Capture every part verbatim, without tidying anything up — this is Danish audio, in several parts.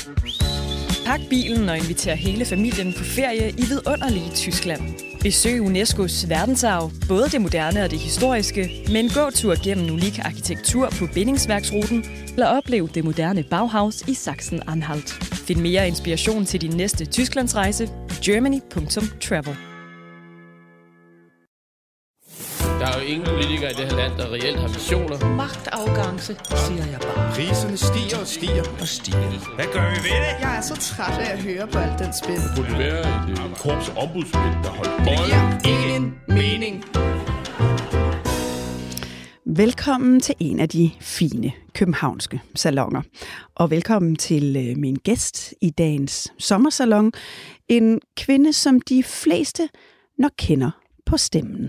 Pak bilen og inviter hele familien på ferie i vidunderlige Tyskland. Besøg UNESCO's verdensarv, både det moderne og det historiske, med en gåtur gennem unik arkitektur på bindingsværksruten, eller oplev det moderne Bauhaus i Sachsen-Anhalt. Find mere inspiration til din næste Tysklandsrejse på germany punktum travel. Der er jo ingen politikere i det her land, der reelt har visioner. Magtafgangse, siger jeg bare. Priserne stiger og stiger og stiger. Hvad gør vi ved det? Jeg er så træt af at høre på alt den spil. Det burde være et uh, korps ombudsmænd, der holdt bold. Det giver ingen mening. Velkommen til en af de fine københavnske salonger. Og velkommen til øh, min gæst i dagens sommersalon. En kvinde, som de fleste nok kender på stemmen.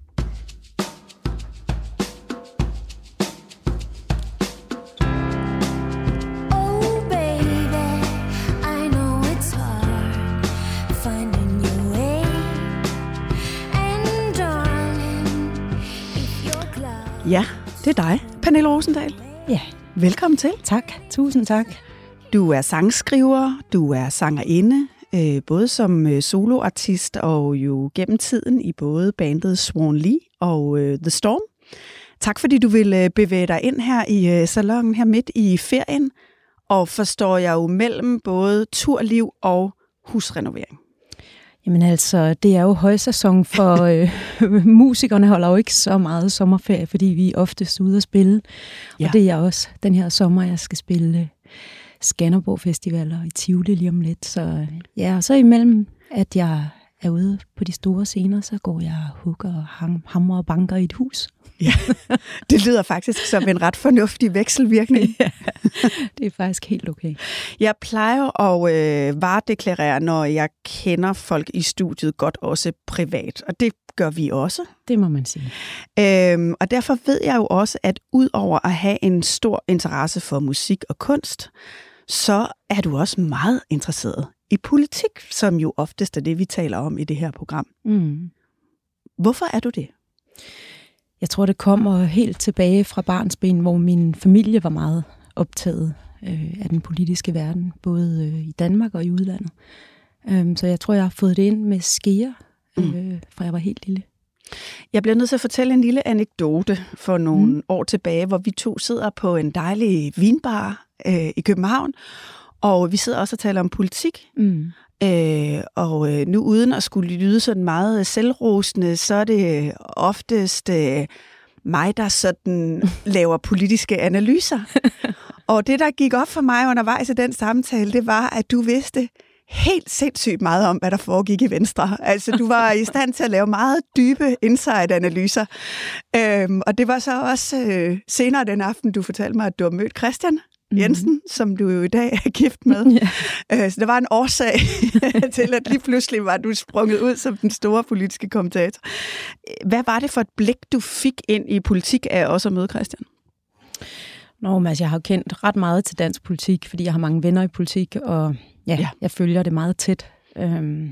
Ja, det er dig, Pernille Rosendahl. Ja. Velkommen til. Tak. Tusind tak. Du er sangskriver, du er sangerinde, øh, både som øh, soloartist og jo gennem tiden i både bandet Swan Lee og øh, The Storm. Tak fordi du vil øh, bevæge dig ind her i øh, salonen her midt i ferien, og forstår jeg jo mellem både turliv og husrenovering. Jamen altså, det er jo højsæson for øh, musikerne holder jo ikke så meget sommerferie, fordi vi er oftest ude at spille. Ja. Og det er også den her sommer, jeg skal spille Skanderborg Festivaler i Tivoli lige om lidt. Så ja, og så imellem, at jeg er ude på de store scener, så går jeg og hugger og ham, hammer og banker i et hus. Ja, det lyder faktisk som en ret fornuftig vekselvirkning. Ja, det er faktisk helt okay. Jeg plejer at øh, varedeklarere, når jeg kender folk i studiet, godt også privat. Og det gør vi også. Det må man sige. Øhm, og derfor ved jeg jo også, at ud over at have en stor interesse for musik og kunst, så er du også meget interesseret i politik, som jo oftest er det, vi taler om i det her program. Mm. Hvorfor er du det? Jeg tror, det kommer helt tilbage fra barnsben, hvor min familie var meget optaget øh, af den politiske verden, både øh, i Danmark og i udlandet. Um, så jeg tror, jeg har fået det ind med skeer, øh, mm. fra jeg var helt lille. Jeg bliver nødt til at fortælle en lille anekdote for nogle mm. år tilbage, hvor vi to sidder på en dejlig vinbar øh, i København, og vi sidder også og taler om politik. Mm. Øh, og øh, nu uden at skulle lyde sådan meget selvrosende, så er det oftest øh, mig, der sådan laver politiske analyser. Og det, der gik op for mig undervejs i den samtale, det var, at du vidste helt sindssygt meget om, hvad der foregik i Venstre. Altså, du var i stand til at lave meget dybe inside-analyser. Øhm, og det var så også øh, senere den aften, du fortalte mig, at du har mødt Christian Jensen, mm-hmm. som du jo i dag er gift med. Yeah. Øh, så der var en årsag til, at lige pludselig var du sprunget ud som den store politiske kommentator. Hvad var det for et blik, du fik ind i politik af også at møde Christian? Nå, men altså, jeg har kendt ret meget til dansk politik, fordi jeg har mange venner i politik, og ja, ja. jeg følger det meget tæt. Øhm,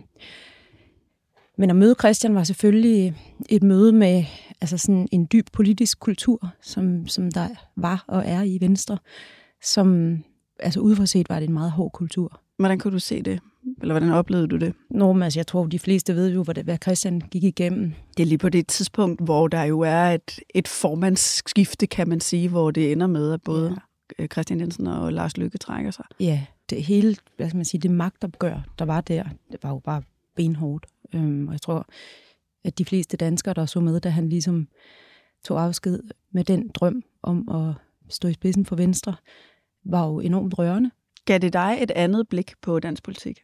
men at møde Christian var selvfølgelig et møde med altså sådan en dyb politisk kultur, som, som der var og er i Venstre, som altså udefra set var det en meget hård kultur. Hvordan kunne du se det? Eller hvordan oplevede du det? Nå, men altså, jeg tror, de fleste ved jo, hvad Christian gik igennem. Det er lige på det tidspunkt, hvor der jo er et, et formandsskifte, kan man sige, hvor det ender med, at både ja. Christian Jensen og Lars Løkke trækker sig. Ja, det hele, hvad skal man sige, det magtopgør, der var der, det var jo bare benhårdt. Øhm, og jeg tror, at de fleste danskere, der så med, da han ligesom tog afsked med den drøm om at stå i spidsen for Venstre, var jo enormt rørende. Gav det dig et andet blik på dansk politik?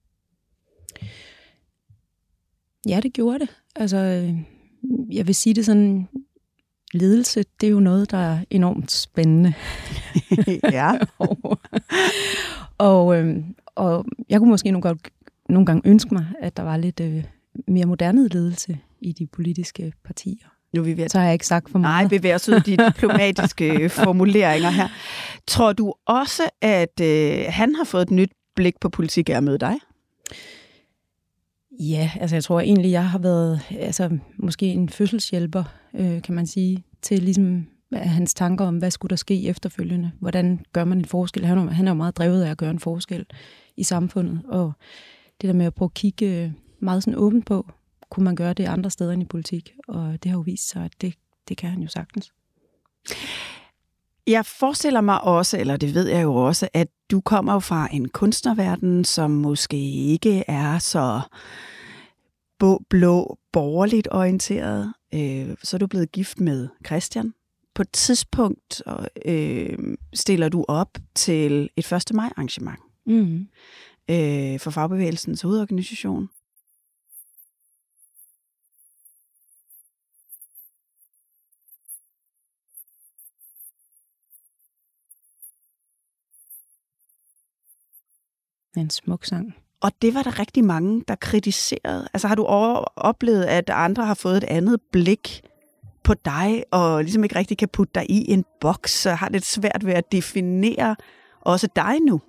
Ja, det gjorde det. Altså, jeg vil sige det sådan, ledelse, det er jo noget, der er enormt spændende. Ja. og, og, øhm, og jeg kunne måske nogle, nogle gange ønske mig, at der var lidt øh, mere moderne ledelse i de politiske partier. Nu vi ved. Så har jeg ikke sagt for meget. Nej, bevæger os ud de diplomatiske formuleringer her. Tror du også, at øh, han har fået et nyt blik på politik af at møde dig? Ja, altså jeg tror egentlig, jeg har været altså, måske en fødselshjælper, øh, kan man sige, til ligesom hans tanker om, hvad skulle der ske efterfølgende. Hvordan gør man en forskel? Han er, han er jo meget drevet af at gøre en forskel i samfundet. Og det der med at prøve at kigge meget sådan åbent på, kunne man gøre det andre steder end i politik. Og det har jo vist sig, at det, det kan han jo sagtens. Jeg forestiller mig også, eller det ved jeg jo også, at du kommer jo fra en kunstnerverden, som måske ikke er så blå, borgerligt orienteret. Så er du blevet gift med Christian. På et tidspunkt øh, stiller du op til et første maj arrangement mm. øh, for Fagbevægelsens hovedorganisation. En smuk sang. Og det var der rigtig mange, der kritiserede. Altså har du oplevet, at andre har fået et andet blik på dig, og ligesom ikke rigtig kan putte dig i en boks, så har det svært ved at definere også dig nu?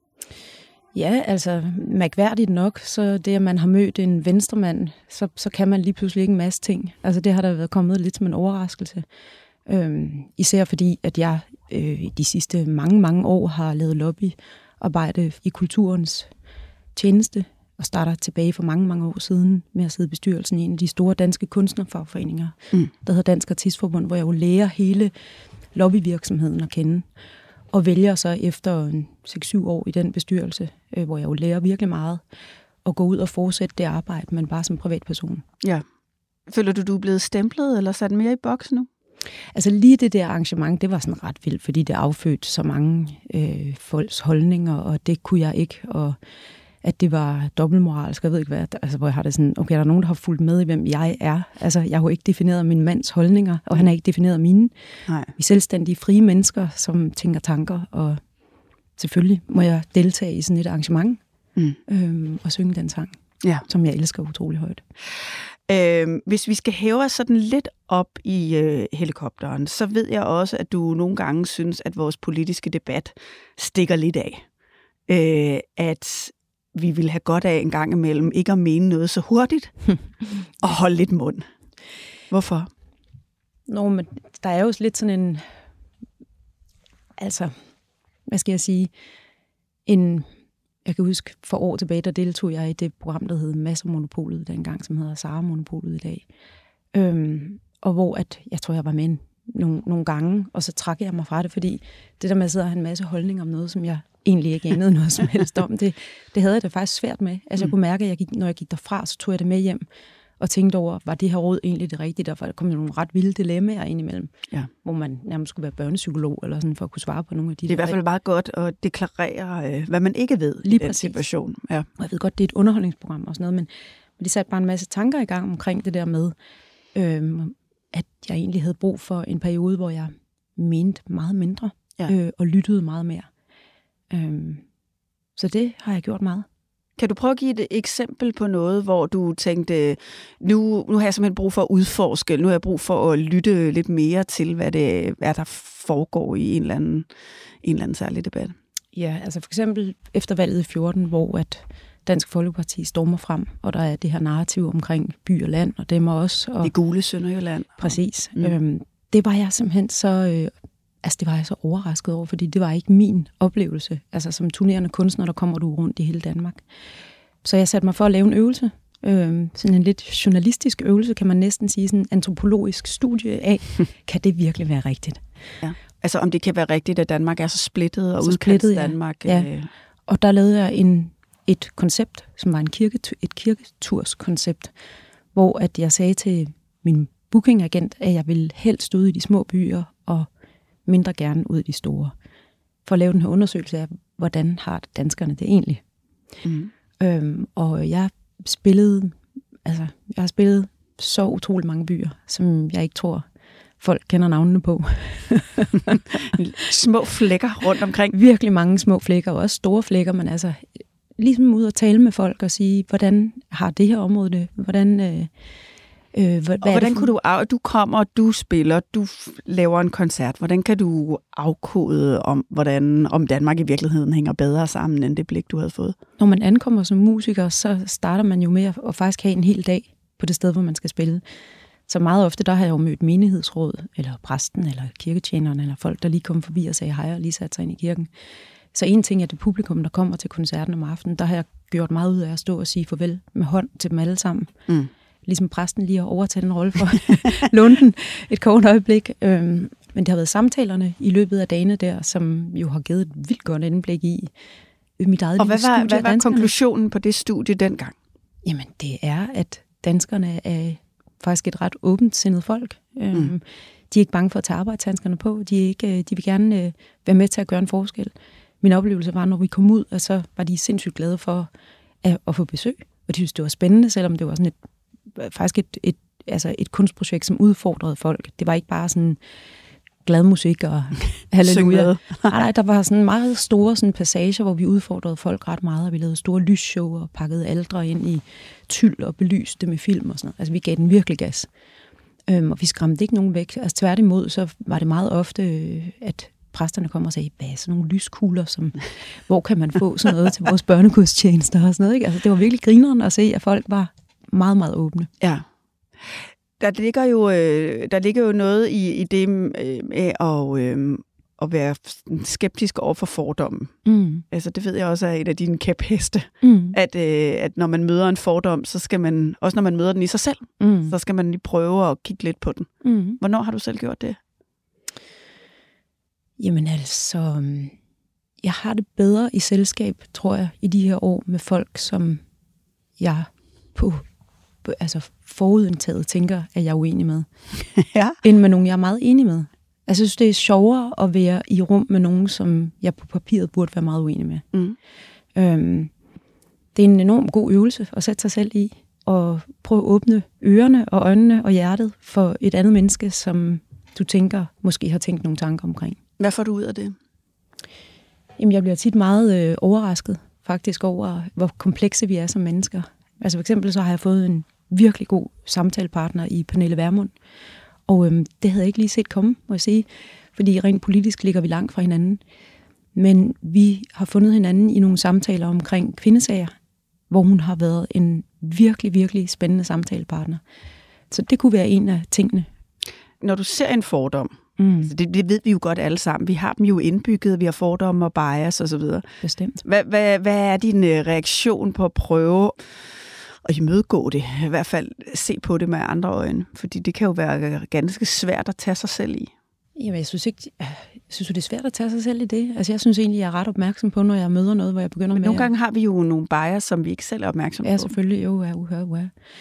Ja, altså mærkværdigt nok, så det, at man har mødt en venstremand, så, så kan man lige pludselig ikke en masse ting. Altså det har der været kommet lidt som en overraskelse. Øhm, især fordi, at jeg øh, de sidste mange, mange år har lavet lobbyarbejde i kulturens tjeneste, og starter tilbage for mange, mange år siden med at sidde i bestyrelsen i en af de store danske kunstnerfagforeninger, mm. der hedder Dansk Artistforbund, hvor jeg jo lærer hele lobbyvirksomheden at kende, og vælger så efter seks syv år i den bestyrelse, øh, hvor jeg jo lærer virkelig meget, at gå ud og fortsætte det arbejde, men bare som privatperson. Ja. Føler du, du er blevet stemplet eller sat mere i boks nu? Altså lige det der arrangement, det var sådan ret vildt, fordi det affødte så mange øh, folks holdninger, og det kunne jeg ikke, og at det var dobbeltmoralsk, jeg ved ikke hvad, altså hvor jeg har det sådan, okay, der er nogen, der har fulgt med i, hvem jeg er. Altså, jeg har jo ikke defineret min mands holdninger, og han har ikke defineret mine. Nej. Vi er selvstændige, frie mennesker, som tænker tanker, og selvfølgelig må jeg deltage i sådan et arrangement, mm. øhm, og synge den sang, ja. Som jeg elsker utrolig højt. Øh, hvis vi skal hæve os sådan lidt op i øh, helikopteren, så ved jeg også, at du nogle gange synes, at vores politiske debat stikker lidt af. Øh, at vi vil have godt af en gang imellem ikke at mene noget så hurtigt, og holde lidt mund. Hvorfor? Nå, men der er jo lidt sådan en, altså, hvad skal jeg sige, en, jeg kan huske, for år tilbage, der deltog jeg i det program, der hed Massermonopolet dengang, som hedder Sara-monopolet i dag. Øhm, og hvor, at, jeg tror, jeg var med nogle, nogle gange, og så trak jeg mig fra det, fordi det der med at sidde og have en masse holdninger om noget, som jeg egentlig ikke anede noget som helst om, det, det havde jeg da faktisk svært med. Altså jeg kunne mærke, at jeg gik, når jeg gik derfra, så tog jeg det med hjem, og tænkte over, var det her råd egentlig det rigtige? Derfor kom der nogle ret vilde dilemmaer indimellem, ja. Hvor man nærmest skulle være børnepsykolog, eller sådan, for at kunne svare på nogle af de. Det er i hvert fald meget godt at deklarere, hvad man ikke ved lige i den præcis. Situation. Ja. Og jeg ved godt, det er et underholdningsprogram og sådan noget, men, men det satte bare en masse tanker i gang omkring det der med, øhm, at jeg egentlig havde brug for en periode, hvor jeg mente meget mindre, ja. øh, og lyttede meget mere. Øhm, så det har jeg gjort meget. Kan du prøve at give et eksempel på noget, hvor du tænkte, nu, nu har jeg simpelthen brug for at udforske, nu har jeg brug for at lytte lidt mere til, hvad, det, hvad der foregår i en eller anden, en eller anden særlig debat? Ja, altså for eksempel efter valget i fjorten, hvor at Dansk Folkeparti stormer frem, og der er det her narrativ omkring by og land, og dem også. Og det gule Sønderjylland. Præcis. Mm. Øhm, det var jeg simpelthen så... Øh, Altså, det var jeg så overrasket over, fordi det var ikke min oplevelse. Altså, som turnerende kunstner, der kommer du rundt i hele Danmark. Så jeg satte mig for at lave en øvelse. Øh, sådan en lidt journalistisk øvelse, kan man næsten sige. Sådan en antropologisk studie af, kan det virkelig være rigtigt? Ja. Altså, om det kan være rigtigt, at Danmark er så splittet og udkants Danmark. Ja. ja. Og der lavede jeg en, et koncept, som var en kirke, et kirketurskoncept, hvor at jeg sagde til min bookingagent, at jeg ville helst ud i de små byer og mindre gerne ud i de store, for at lave den her undersøgelse af, hvordan har danskerne det egentlig. Mm. Øhm, og jeg spillede, altså, jeg har spillet så utroligt mange byer, som jeg ikke tror, folk kender navnene på. Små flækker rundt omkring. Virkelig mange små flækker, og også store flækker, men altså, ligesom ud og tale med folk og sige, hvordan har det her område det? Hvordan... Øh, Øh, hvad, og hvordan kunne du af, du kommer, du spiller, du laver en koncert. Hvordan kan du afkode om, hvordan om Danmark i virkeligheden hænger bedre sammen end det blik, du havde fået? Når man ankommer som musiker, så starter man jo med at, at faktisk have en hel dag på det sted, hvor man skal spille. Så meget ofte, der har jeg jo mødt menighedsråd, eller præsten, eller kirketjeneren, eller folk, der lige kom forbi og sagde hej, og lige satte sig ind i kirken. Så en ting er det publikum, der kommer til koncerten om aftenen, der har jeg gjort meget ud af at stå og sige farvel med hånd til dem alle sammen. Mm. Ligesom præsten lige har overtaget den rolle for Lunden et kort øjeblik. Øhm, men det har været samtalerne i løbet af dagene der, som jo har givet et vildt godt indblik i mit eget og hvad var, studie. hvad var konklusionen på det studie dengang? Jamen, det er, at danskerne er faktisk et ret åbent sindet folk. Mm. Øhm, de er ikke bange for at tage arbejdshandskerne på. De, er ikke, de vil gerne øh, være med til at gøre en forskel. Min oplevelse var, når vi kom ud, og så var de sindssygt glade for at, at få besøg. Og de synes, det var spændende, selvom det var sådan et, faktisk et, et, altså et kunstprojekt, som udfordrede folk. Det var ikke bare sådan glad musik og halleluja. nej, nej, der var sådan meget store sådan passager, hvor vi udfordrede folk ret meget, og vi lavede store lysshow og pakkede aldre ind i tyld og belyste med film og sådan noget. Altså, vi gav den virkelig gas. Øhm, og vi skræmte ikke nogen væk. Altså, tværtimod, så var det meget ofte, at præsterne kom og sagde, hvad er sådan nogle lyskugler, som, hvor kan man få sådan noget til vores børnegudstjenester og sådan noget, ikke? Altså, det var virkelig grineren at se, at folk var meget, meget åbne. Ja. Der ligger jo, øh, der ligger jo noget i, i det øh, med at, øh, at være skeptisk over for fordommen. Mm. Altså, det ved jeg også er et af dine kæpheste. Mm. At, øh, at når man møder en fordom, så skal man, også når man møder den i sig selv, mm. så skal man lige prøve at kigge lidt på den. Mm. Hvornår har du selv gjort det? Jamen altså, jeg har det bedre i selskab, tror jeg, i de her år med folk, som jeg på, på altså forudindtaget tænker, at jeg er uenig med. ja. End med nogen, jeg er meget enig med. Altså, jeg synes, det er sjovere at være i rum med nogen, som jeg på papiret burde være meget uenig med. Mm. Øhm, det er en enorm god øvelse at sætte sig selv i, og prøve at åbne ørerne og øjnene og hjertet for et andet menneske, som du tænker, måske har tænkt nogle tanker omkring. Hvad får du ud af det? Jamen, jeg bliver tit meget øh, overrasket, faktisk, over, hvor komplekse vi er som mennesker. Altså, for eksempel så har jeg fået en virkelig god samtalepartner i Pernille Vermund, og øhm, det havde jeg ikke lige set komme, må jeg sige, fordi rent politisk ligger vi langt fra hinanden. Men vi har fundet hinanden i nogle samtaler omkring kvindesager, hvor hun har været en virkelig, virkelig spændende samtalepartner. Så det kunne være en af tingene. Når du ser en fordom, mm. altså det, det ved vi jo godt alle sammen, vi har dem jo indbygget, vi har fordomme og bias og så videre. Bestemt. Hvad, hvad, hvad er din reaktion på at prøve at imødegå det? I hvert fald se på det med andre øjne, fordi det kan jo være ganske svært at tage sig selv i. Jamen, jeg synes ikke, jeg synes, det er svært at tage sig selv i det. Altså, jeg synes egentlig, jeg er ret opmærksom på, når jeg møder noget, hvor jeg begynder Men med... Men nogle gange har vi jo nogle bias, som vi ikke selv er opmærksom ja, på. Ja, selvfølgelig. Jo, ja, uha, uha.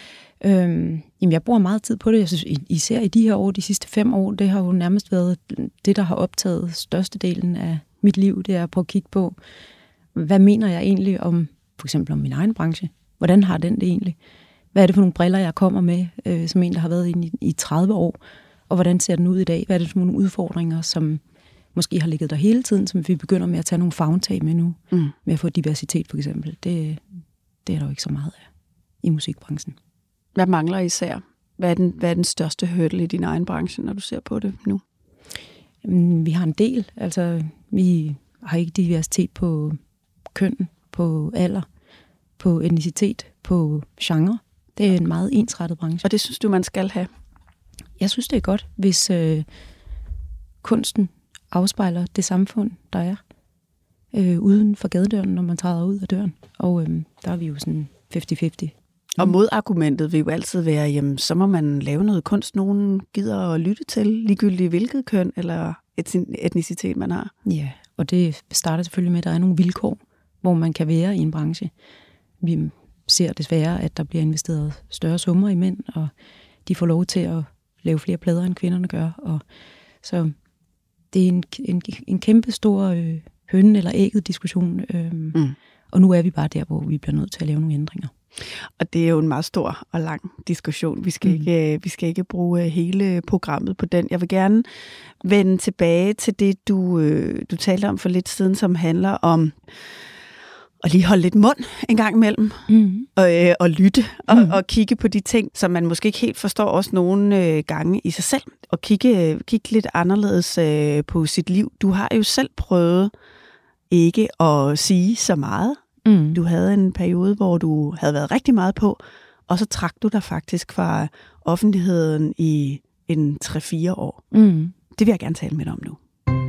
Øhm, jamen, jeg bruger meget tid på det. Jeg synes, især i de her år, de sidste fem år, det har jo nærmest været det, der har optaget størstedelen af mit liv. Det er at prøve at kigge på, hvad mener jeg egentlig om, for eksempel om min egen branche? Hvordan har den det egentlig? Hvad er det for nogle briller, jeg kommer med, øh, som en, der har været inde i, i tredive år? Og hvordan ser den ud i dag? Hvad er det for nogle udfordringer, som måske har ligget der hele tiden, som vi begynder med at tage nogle favntag med nu? Mm. Med at få diversitet, for eksempel. Det, det er der jo ikke så meget af i musikbranchen. Hvad mangler især? Hvad er den, hvad er den største hurdle i din egen branche, når du ser på det nu? Jamen, vi har en del. Altså, vi har ikke diversitet på køn, på alder, på etnicitet, på genre. Det er en meget ensrettet branche. Og det synes du, man skal have? Jeg synes, det er godt, hvis øh, kunsten afspejler det samfund, der er øh, uden for gadedøren, når man træder ud af døren. Og øh, der er vi jo sådan halvtreds halvtreds. Og modargumentet vil jo altid være, jamen, så må man lave noget kunst, nogen gider at lytte til, ligegyldigt hvilket køn eller etnicitet man har. Ja, og det starter selvfølgelig med, at der er nogle vilkår, hvor man kan være i en branche. Vi ser desværre, at der bliver investeret større summer i mænd, og de får lov til at lave flere plader, end kvinderne gør. Og så det er en, en, en kæmpe stor øh, hønnen eller ægget diskussion, øh, mm. og nu er vi bare der, hvor vi bliver nødt til at lave nogle ændringer. Og det er jo en meget stor og lang diskussion. Vi skal, mm. ikke, vi skal ikke bruge hele programmet på den. Jeg vil gerne vende tilbage til det, du, du talte om for lidt siden, som handler om at lige holde lidt mund en gang imellem, mm. og, og lytte, og, mm. og kigge på de ting, som man måske ikke helt forstår også nogle gange i sig selv, og kigge, kigge lidt anderledes på sit liv. Du har jo selv prøvet ikke at sige så meget. Mm. Du havde en periode, hvor du havde været rigtig meget på, og så trak du dig faktisk fra offentligheden i en tre fire år. Mm. Det vil jeg gerne tale med dig om nu.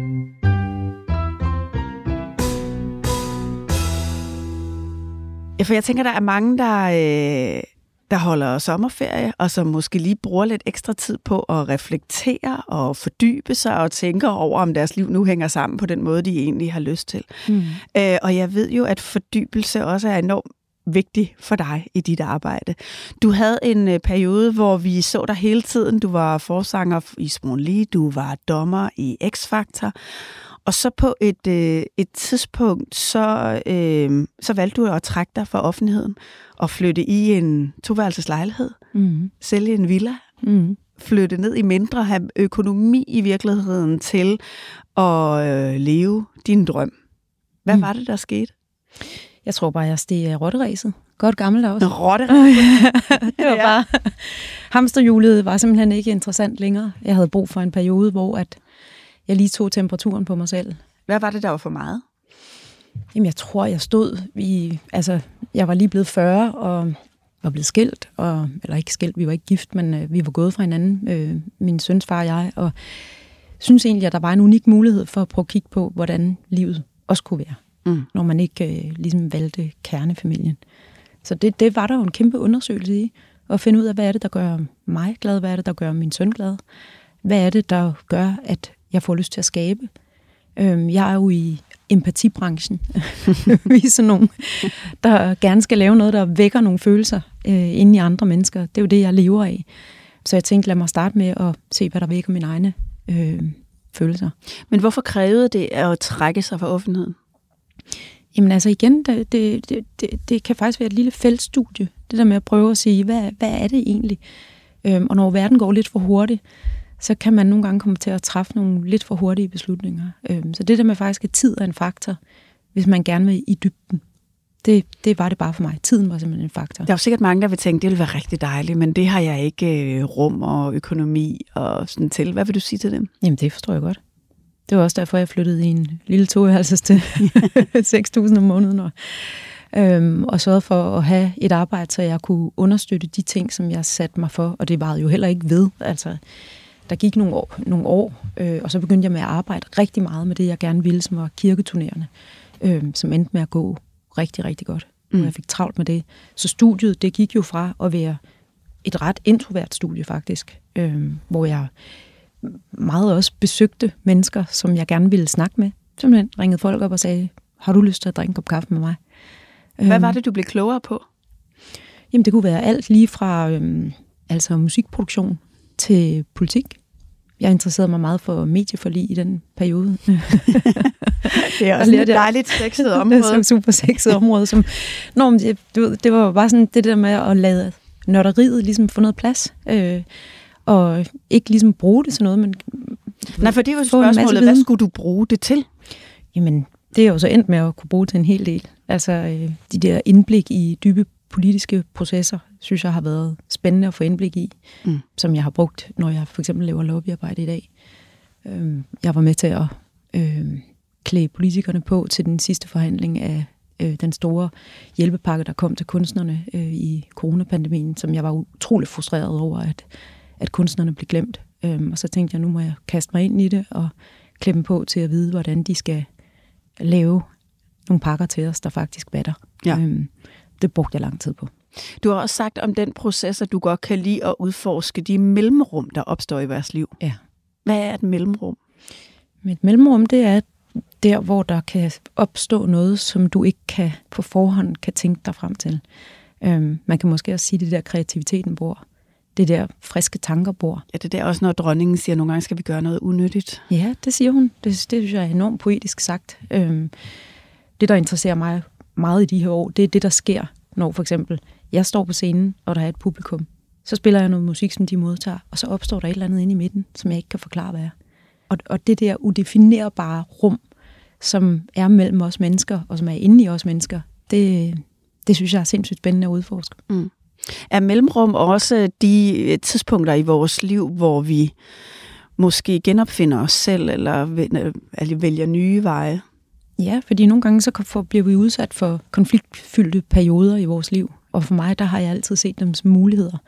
Ja, for jeg tænker, der er mange, der, øh, der holder sommerferie, og som måske lige bruger lidt ekstra tid på at reflektere og fordybe sig og tænke over, om deres liv nu hænger sammen på den måde, de egentlig har lyst til. Mm. Øh, og jeg ved jo, at fordybelse også er enormt vigtig for dig i dit arbejde. Du havde en øh, periode, hvor vi så dig hele tiden. Du var forsanger i Små Lige, du var dommer i X-Factor. Og så på et, øh, et tidspunkt, så, øh, så valgte du at trække dig fra offentligheden og flytte i en toværelseslejlighed, mm. sælge en villa, mm. flytte ned i mindre, have økonomi i virkeligheden til at øh, leve din drøm. Hvad mm. var det, der skete? Jeg tror bare, jeg steg rotteræset. Godt gammeldags. Rotteræset? Det var bare... Hamsterhjulet var simpelthen ikke interessant længere. Jeg havde brug for en periode, hvor at jeg lige tog temperaturen på mig selv. Hvad var det, der var for meget? Jamen, jeg tror, jeg stod i... Altså, jeg var lige blevet fyrre og var blevet skilt. Og, eller ikke skilt, vi var ikke gift, men øh, vi var gået fra hinanden, øh, min søns far og jeg. Og synes egentlig, at der var en unik mulighed for at prøve at kigge på, hvordan livet også kunne være. Mm. Når man ikke øh, ligesom valgte kernefamilien. Så det, det var der jo en kæmpe undersøgelse i. At finde ud af, hvad er det, der gør mig glad? Hvad er det, der gør min søn glad? Hvad er det, der gør, at jeg får lyst til at skabe? Øhm, jeg er jo i empatibranchen. Vi er sådan nogle, der gerne skal lave noget, der vækker nogle følelser øh, inde i andre mennesker. Det er jo det, jeg lever af. Så jeg tænkte, lad mig starte med at se, hvad der vækker mine egne øh, følelser. Men hvorfor krævede det at trække sig fra offentligheden? Jamen altså igen, det, det, det, det kan faktisk være et lille feltstudie. Det der med at prøve at sige, hvad, hvad er det egentlig? Øhm, og når verden går lidt for hurtigt, så kan man nogle gange komme til at træffe nogle lidt for hurtige beslutninger. Øhm, så det der med faktisk, at tid er en faktor, hvis man gerne vil i dybden, det, det var det bare for mig. Tiden var simpelthen en faktor. Der er jo sikkert mange, der vil tænke, det ville være rigtig dejligt, men det har jeg ikke øh, rum og økonomi og sådan til. Hvad vil du sige til dem? Jamen det forstår jeg godt. Det var også derfor, jeg flyttede i en lille toværelses til seks tusind om måneden. Og, øhm, og sørgede for at have et arbejde, så jeg kunne understøtte de ting, som jeg satte mig for. Og det varede jo heller ikke ved. Altså, der gik nogle år, nogle år øh, og så begyndte jeg med at arbejde rigtig meget med det, jeg gerne ville, som var kirketurnerende, øh, som endte med at gå rigtig, rigtig godt. Mm. Og jeg fik travlt med det. Så studiet, det gik jo fra at være et ret introvert studie faktisk, øh, hvor jeg meget også besøgte mennesker, som jeg gerne ville snakke med. Simpelthen ringede folk op og sagde, har du lyst til at drikke en kop kaffe med mig? Hvad var det, du blev klogere på? Jamen, det kunne være alt lige fra øhm, altså musikproduktion til politik. Jeg interesserede mig meget for medieforlig i den periode. Det er også et dejligt sexet område. Det er super sexet område. Som, nå, det, det var bare sådan det der med at lade nørderiet ligesom få noget plads. Øh, og ikke ligesom bruge det til noget, men... Nej, for det var spørgsmålet, hvad skulle du bruge det til? Jamen, det er jo så endt med at kunne bruge til en hel del. Altså, øh, de der indblik i dybe politiske processer, synes jeg har været spændende at få indblik i, mm. som jeg har brugt, når jeg for eksempel laver lobbyarbejde i dag. Øh, jeg var med til at øh, klæde politikerne på til den sidste forhandling af øh, den store hjælpepakke, der kom til kunstnerne øh, i coronapandemien, som jeg var utrolig frustreret over, at at kunstnerne blev glemt. Øhm, og så tænkte jeg, nu må jeg kaste mig ind i det og klæde dem på til at vide, hvordan de skal lave nogle pakker til os, der faktisk batter. Ja. Øhm, det brugte jeg lang tid på. Du har også sagt om den proces, at du godt kan lide at udforske de mellemrum, der opstår i vores liv. Ja. Hvad er et mellemrum? Et mellemrum, det er der, hvor der kan opstå noget, som du ikke kan på forhånd kan tænke dig frem til. Øhm, man kan måske også sige, det der kreativiteten bor. Det der friske tanker bor. Ja, det der også, når dronningen siger, at nogle gange skal vi gøre noget unyttigt. Ja, det siger hun. Det, det synes jeg er enormt poetisk sagt. Øhm, det, der interesserer mig meget i de her år, det er det, der sker, når for eksempel jeg står på scenen, og der er et publikum. Så spiller jeg noget musik, som de modtager, og så opstår der et eller andet inde i midten, som jeg ikke kan forklare, hvad er. Og, og det der udefinerbare rum, som er mellem os mennesker, og som er inde i os mennesker, det, det synes jeg er sindssygt spændende at udforske. Mm. Er mellemrum også de tidspunkter i vores liv, hvor vi måske genopfinder os selv, eller vælger nye veje? Ja, fordi nogle gange så bliver vi udsat for konfliktfyldte perioder i vores liv. Og for mig, der har jeg altid set dem som muligheder.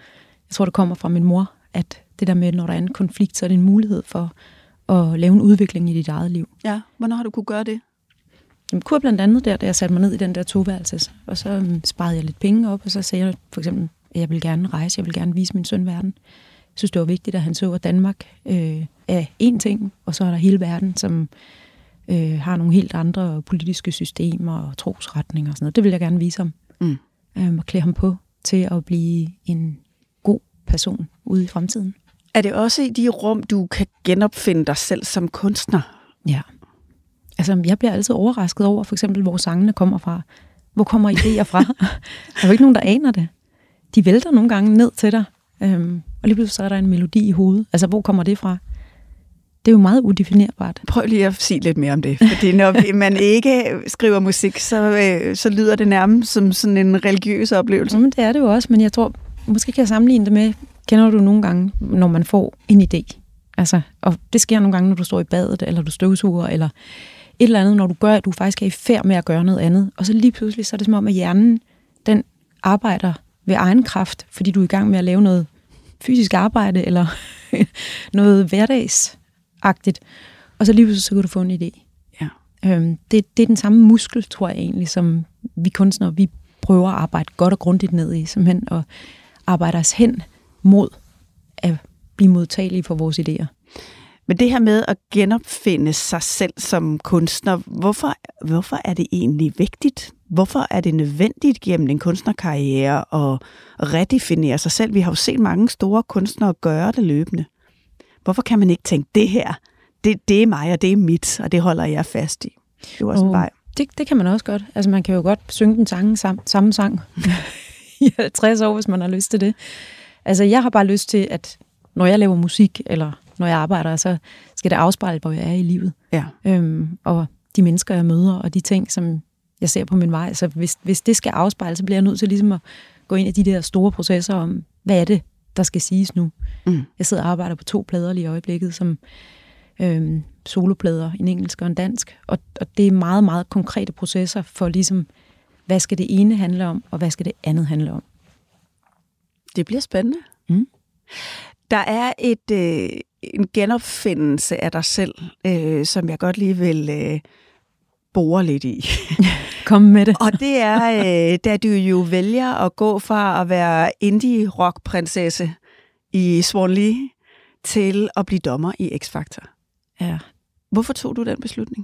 Jeg tror, det kommer fra min mor, at det der med, når der er en konflikt, så er det en mulighed for at lave en udvikling i dit eget liv. Ja, hvornår har du kunne gøre det? Jeg kunne blandt andet der, da jeg satte mig ned i den der toværelses, og så um, sparede jeg lidt penge op, og så sagde jeg for eksempel, at jeg vil gerne rejse, jeg vil gerne vise min søn verden. Jeg synes, det var vigtigt, at han så, at Danmark øh, er én ting, og så er der hele verden, som øh, har nogle helt andre politiske systemer og trosretninger og sådan noget. Det vil jeg gerne vise ham, mm. øh, og klæde ham på til at blive en god person ude i fremtiden. Er det også i de rum, du kan genopfinde dig selv som kunstner? Ja. Altså, jeg bliver altid overrasket over, for eksempel, hvor sangene kommer fra. Hvor kommer idéer fra? Der er jo ikke nogen, der aner det. De vælter nogle gange ned til dig, øhm, og lige pludselig så er der en melodi i hovedet. Altså, hvor kommer det fra? Det er jo meget udefinerbart. Prøv lige at sige lidt mere om det. Fordi når man ikke skriver musik, så, øh, så lyder det nærmest som sådan en religiøs oplevelse. Jamen, det er det jo også, men jeg tror, måske kan jeg sammenligne det med, kender du nogle gange, når man får en idé? Altså, og det sker nogle gange, når du står i badet, eller du støvsuger, eller et eller andet, når du gør, at du faktisk er i færd med at gøre noget andet. Og så lige pludselig, så er det som om, at hjernen, den arbejder ved egen kraft, fordi du er i gang med at lave noget fysisk arbejde, eller noget hverdagsagtigt. Og så lige pludselig, så kan du få en idé. Ja. Øhm, det, det er den samme muskel, tror jeg egentlig, som vi kunstnere, vi prøver at arbejde godt og grundigt ned i, simpelthen, og arbejde os hen mod at blive modtagelige for vores idéer. Men det her med at genopfinde sig selv som kunstner, hvorfor, hvorfor er det egentlig vigtigt? Hvorfor er det nødvendigt gennem en kunstnerkarriere at redefinere sig selv? Vi har jo set mange store kunstnere gøre det løbende. Hvorfor kan man ikke tænke, det her, det, det er mig, og det er mit, og det holder jeg fast i? Det er også en vej. Det, det kan man også godt. Altså man kan jo godt synge den sang, sam, samme sang i halvtreds år, hvis man har lyst til det. Altså jeg har bare lyst til, at når jeg laver musik, eller når jeg arbejder, så skal det afspejle, hvor jeg er i livet. Ja. Øhm, og de mennesker, jeg møder, og de ting, som jeg ser på min vej. Så hvis, hvis det skal afspejle, så bliver jeg nødt til ligesom at gå ind i de der store processer om, hvad er det, der skal siges nu. Mm. Jeg sidder og arbejder på to plader lige i øjeblikket, som øhm, soloplader, en engelsk og en dansk. Og, og det er meget, meget konkrete processer for ligesom, hvad skal det ene handle om, og hvad skal det andet handle om. Det bliver spændende. Mm. Der er et, øh, en genopfindelse af dig selv, øh, som jeg godt lige vil øh, bore lidt i. Kom med det. Og det er, øh, da du jo vælger at gå fra at være indie-rock-prinsesse i Swan Lee til at blive dommer i X-Factor. Ja. Hvorfor tog du den beslutning?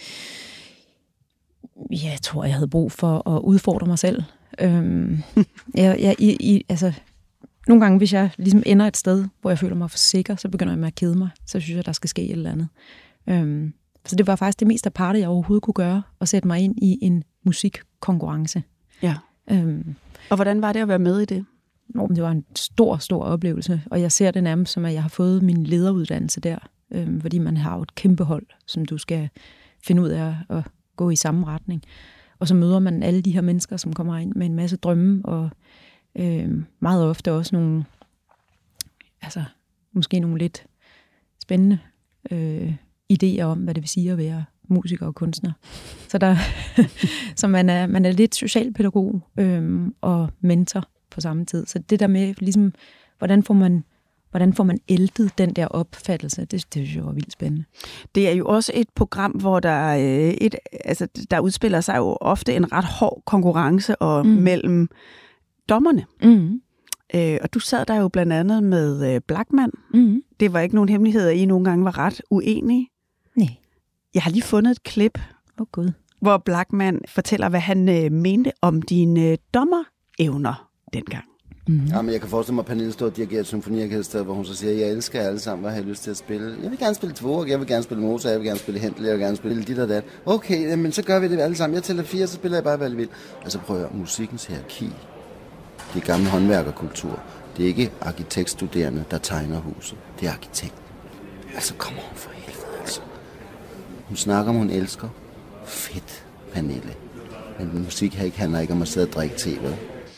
Ja, jeg tror, jeg havde brug for at udfordre mig selv. Øhm, jeg, jeg, i, i, altså... Nogle gange, hvis jeg ligesom ender et sted, hvor jeg føler mig for sikker, så begynder jeg med at kede mig. Så synes jeg, der skal ske et eller andet. Øhm, så det var faktisk det mest aparte, jeg overhovedet kunne gøre, at sætte mig ind i en musikkonkurrence. Ja. Øhm, og hvordan var det at være med i det? Nå, det var en stor, stor oplevelse. Og jeg ser det nærmest som, at jeg har fået min lederuddannelse der. Øhm, fordi man har jo et kæmpe hold, som du skal finde ud af at gå i samme retning. Og så møder man alle de her mennesker, som kommer ind med en masse drømme og Øh, meget ofte også nogle, altså måske nogle lidt spændende øh, idéer om, hvad det vil sige at være musiker og kunstner. Så der, så man er, man er lidt socialpædagog øh, og mentor på samme tid. Så det der med, ligesom, hvordan får man, hvordan får man æltet den der opfattelse, det, det synes jeg var vildt spændende. Det er jo også et program, hvor der, øh, et, altså, der udspiller sig jo ofte en ret hård konkurrence og mm. mellem dommerne. Mm. Øh, og du sad der jo blandt andet med øh, Blachman. Mm. Det var ikke nogen hemmelighed, at I nogle gange var ret uenige. Nej. Jeg har lige fundet et klip, oh, God. hvor Blachman fortæller, hvad han øh, mente om dine øh, dommerevner dengang. Mm. Ja, men jeg kan forestille mig, at Pernille står og dirigerer et symfoniorkester, hvor hun så siger, jeg elsker alle sammen, hvad har jeg lyst til at spille? Jeg vil gerne spille Dvorak, jeg vil gerne spille Mozart, jeg vil gerne spille Händel, jeg vil gerne spille dit og dat. Okay, men så gør vi det alle sammen. Jeg tæller fire, så spiller jeg bare, hvad jeg vil. Altså prøv at høre, musikkens hierarki. Det er gammel håndværkerkultur. Det er ikke arkitektstuderende, der tegner huset. Det er arkitekt. Altså, kom on for helvede, altså. Hun snakker om, hun elsker. Fedt, Pernille. Men musik her ikke handler ikke om at sidde og drikke te, vel?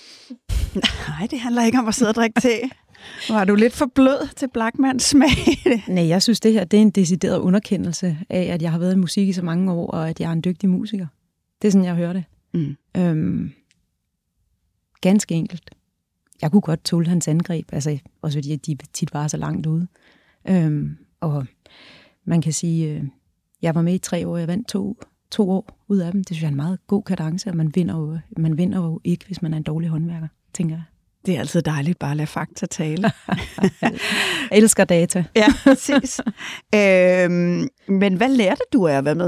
Nej, det handler ikke om at sidde og drikke te. Var du lidt for blød til Blachmans smag? Nej, jeg synes, det her det er en decideret underkendelse af, at jeg har været i musik i så mange år, og at jeg er en dygtig musiker. Det er sådan, jeg hører det. Mm. Øhm, ganske enkelt. jeg kunne godt tåle hans angreb, altså også fordi de tit var så langt ude. Øhm, og man kan sige, øh, jeg var med i tre år, jeg vandt to, to år ud af dem. Det synes jeg er en meget god kadence, og man vinder jo, man vinder jo ikke, hvis man er en dårlig håndværker, tænker jeg. Det er altid dejligt bare at lade fakta tale. Jeg elsker data. Ja, præcis. øhm, men hvad lærte du af at være med?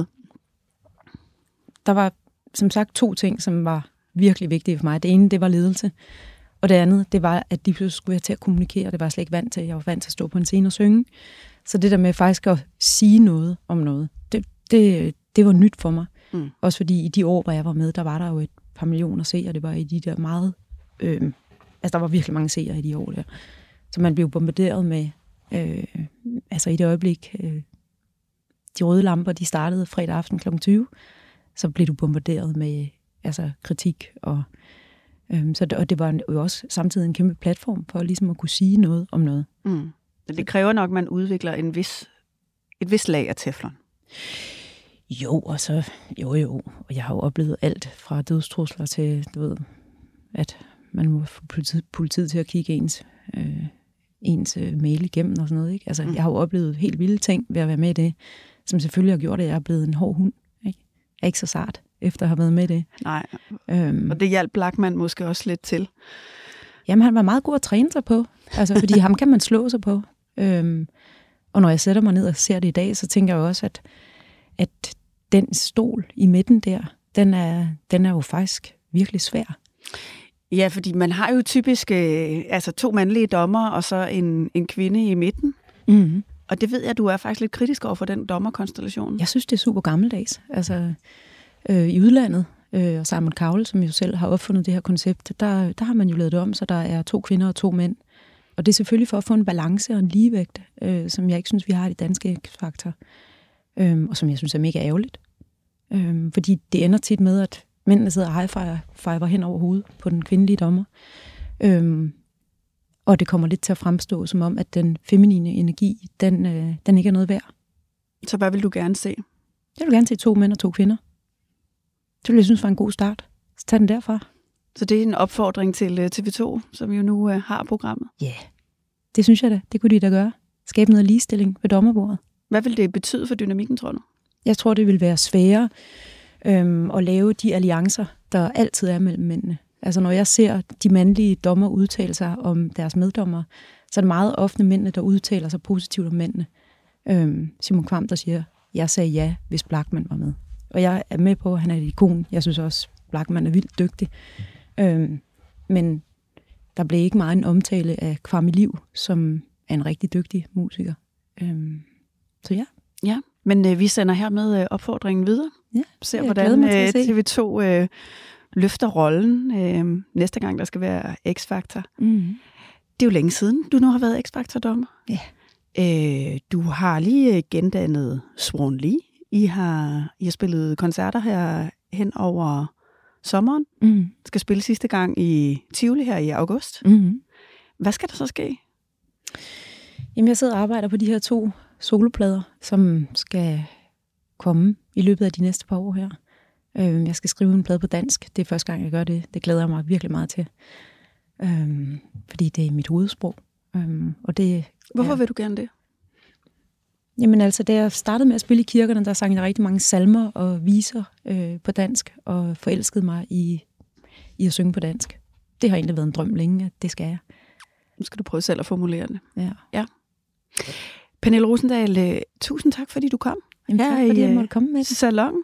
Der var som sagt to ting, som var virkelig vigtige for mig. Det ene, det var ledelse. Og det andet, det var, at de pludselig skulle jeg til at kommunikere. Det var jeg slet ikke vant til. Jeg var vant til at stå på en scene og synge. Så det der med faktisk at sige noget om noget, det, det, det var nyt for mig. Mm. Også fordi i de år, hvor jeg var med, der var der jo et par millioner seere. Det var i de der meget... Øh, altså, der var virkelig mange seere i de år der. Så man blev bombarderet med... Øh, altså, i det øjeblik... Øh, de røde lamper, de startede fredag aften klokken tyve. Så blev du bombarderet med altså, kritik. Og, øhm, så det, og det var jo også samtidig en kæmpe platform for ligesom at kunne sige noget om noget. Mm. Det kræver nok, at man udvikler en vis, et vis lag af teflon. Jo, og så, jo jo. Og jeg har jo oplevet alt fra dødstrusler til, du ved, at man må få politiet, politiet til at kigge ens, øh, ens øh, mail igennem og sådan noget. Ikke? Altså, mm. jeg har jo oplevet helt vilde ting ved at være med i det, som selvfølgelig har gjort, at jeg er blevet en hård hund. Ikke? Jeg er ikke så sart, efter at have været med i det. Nej, øhm, og det hjalp Blachman måske også lidt til. Jamen, han var meget god at træne sig på, altså, fordi ham kan man slå sig på. Øhm, og når jeg sætter mig ned og ser det i dag, så tænker jeg også, at, at den stol i midten der, den er, den er jo faktisk virkelig svær. Ja, fordi man har jo typisk øh, altså to mandlige dommer og så en, en kvinde i midten. Mm-hmm. Og det ved jeg, at du er faktisk lidt kritisk over for den dommerkonstellation. Jeg synes, det er super gammeldags. Altså, øh, i udlandet, øh, og Simon Cowell, som jo selv har opfundet det her koncept, der, der har man jo lavet det om, så der er to kvinder og to mænd. Og det er selvfølgelig for at få en balance og en ligevægt, øh, som jeg ikke synes, vi har i det danske X-Factor. Øh, og som jeg synes er mega ærgerligt. Øh, fordi det ender tit med, at mændene sidder og high-fiver hen over hovedet på den kvindelige dommer. Øh, Og det kommer lidt til at fremstå som om, at den feminine energi, den, øh, den ikke er noget værd. Så hvad vil du gerne se? Jeg vil gerne se to mænd og to kvinder. Det vil jeg synes var en god start. Så tag den derfra. Så det er en opfordring til T V to, som jo nu øh, har programmet? Ja, yeah. Det synes jeg da. Det kunne de da gøre. Skabe noget ligestilling ved dommerbordet. Hvad vil det betyde for dynamikken, tror du? Jeg tror, det vil være sværere øhm, at lave de alliancer, der altid er mellem mændene. Altså når jeg ser de mandlige dommer udtale sig om deres meddommer, så er det meget ofte mændene, der udtaler sig positivt om mændene. Øhm, Simon Kvam, der siger, jeg sagde ja, hvis Blachman var med. Og jeg er med på, at han er et ikon. Jeg synes også, Blachman er vildt dygtig. Øhm, men der blev ikke meget en omtale af Kvam i Liv, som er en rigtig dygtig musiker. Øhm, så ja. Ja, men øh, vi sender hermed øh, opfordringen videre. Ja, ser hvordan øh, T V to øh, løfter rollen øh, næste gang, der skal være X-Factor. Mm-hmm. Det er jo længe siden, du nu har været X-Factor-dommer. Ja. Øh, du har lige gendannet Swan Lee. I har, I har spillet koncerter her hen over sommeren. Mm-hmm. Skal spille sidste gang i Tivoli her i august. Mm-hmm. Hvad skal der så ske? Jamen, jeg sidder og arbejder på de her to soloplader, som skal komme i løbet af de næste par år her. Jeg skal skrive en plade på dansk. Det er første gang, jeg gør det. Det glæder jeg mig virkelig meget til. Øhm, fordi det er mit hovedsprog. Øhm, og det, Hvorfor ja. vil du gerne det? Jamen altså, da jeg startede med at spille i kirkerne, der sang jeg rigtig mange salmer og viser øh, på dansk, og forelskede mig i, i at synge på dansk. Det har egentlig været en drøm længe, at det skal jeg. Nu skal du prøve selv at formulere det. Ja. ja. Pernille Rosendahl, tusind tak, fordi du kom. Jamen, tak, fordi jeg måtte komme med det. Salon.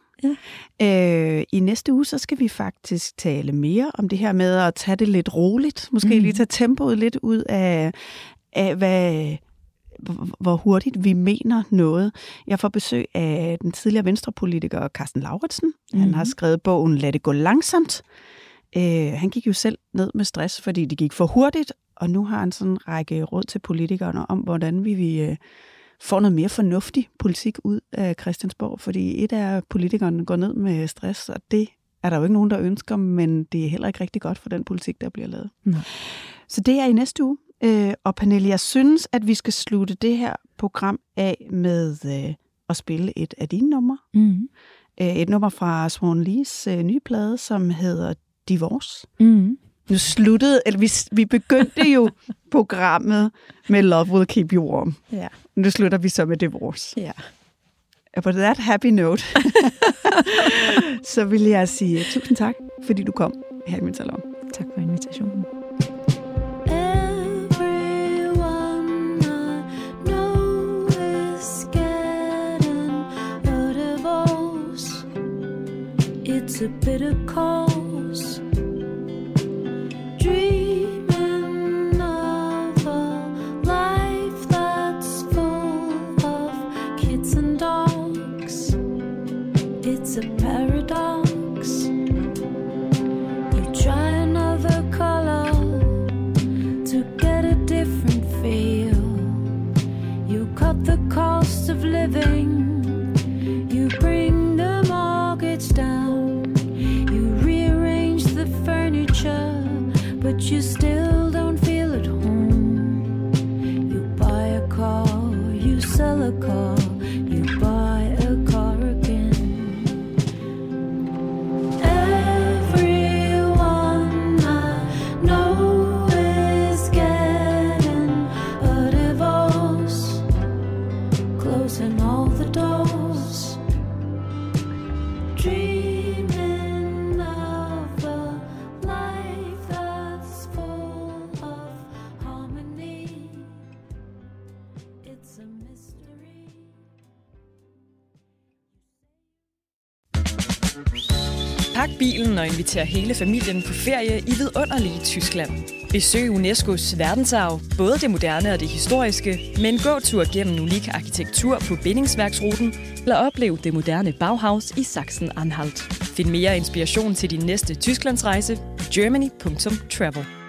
Ja. Øh, I næste uge, så skal vi faktisk tale mere om det her med at tage det lidt roligt. Måske mm. lige tage tempoet lidt ud af, af hvad, hvor hurtigt vi mener noget. Jeg får besøg af den tidligere venstrepolitiker Karsten Lauritsen. Mm. Han har skrevet bogen Lad det gå langsomt. Øh, han gik jo selv ned med stress, fordi det gik for hurtigt, og nu har han sådan en række råd til politikerne om, hvordan vi vil øh, få noget mere fornuftig politik ud af Christiansborg, fordi et af politikerne går ned med stress, og det er der jo ikke nogen, der ønsker, men det er heller ikke rigtig godt for den politik, der bliver lavet. Nej. Så det er i næste uge. Øh, og Pernille, jeg synes, at vi skal slutte det her program af med øh, at spille et af dine numre. Mm. Øh, et nummer fra Swan Lees øh, nye plade, som hedder Divorce. Mm. Nu sluttede, eller vi, vi begyndte jo programmet med Love Will Keep You Warm. Ja. Nu slutter vi så med Divorce. Ja. Og på that happy note, så vil jeg sige tusind tak, fordi du kom her i min salon. Tak for invitationen. It's a bitter cause, dreaming of a life that's full of kids and dogs. It's a paradox. You try another color to get a different feel. You cut the cost of living. You bring the mortgage down. But you still don't feel at home. You buy a car, you sell a car, you buy a car again. Everyone I know is getting a divorce, closing all the doors, dreaming of a life that's full of harmony. It's a mystery. Pak bilen og inviter hele familien på ferie i vidunderlige Tyskland. Besøg UNESCO's verdensarv, både det moderne og det historiske, med en gåtur gennem unik arkitektur på bindingsværksruten, eller oplev det moderne Bauhaus i Sachsen-Anhalt. Find mere inspiration til din næste Tysklandsrejse på germany punktum travel.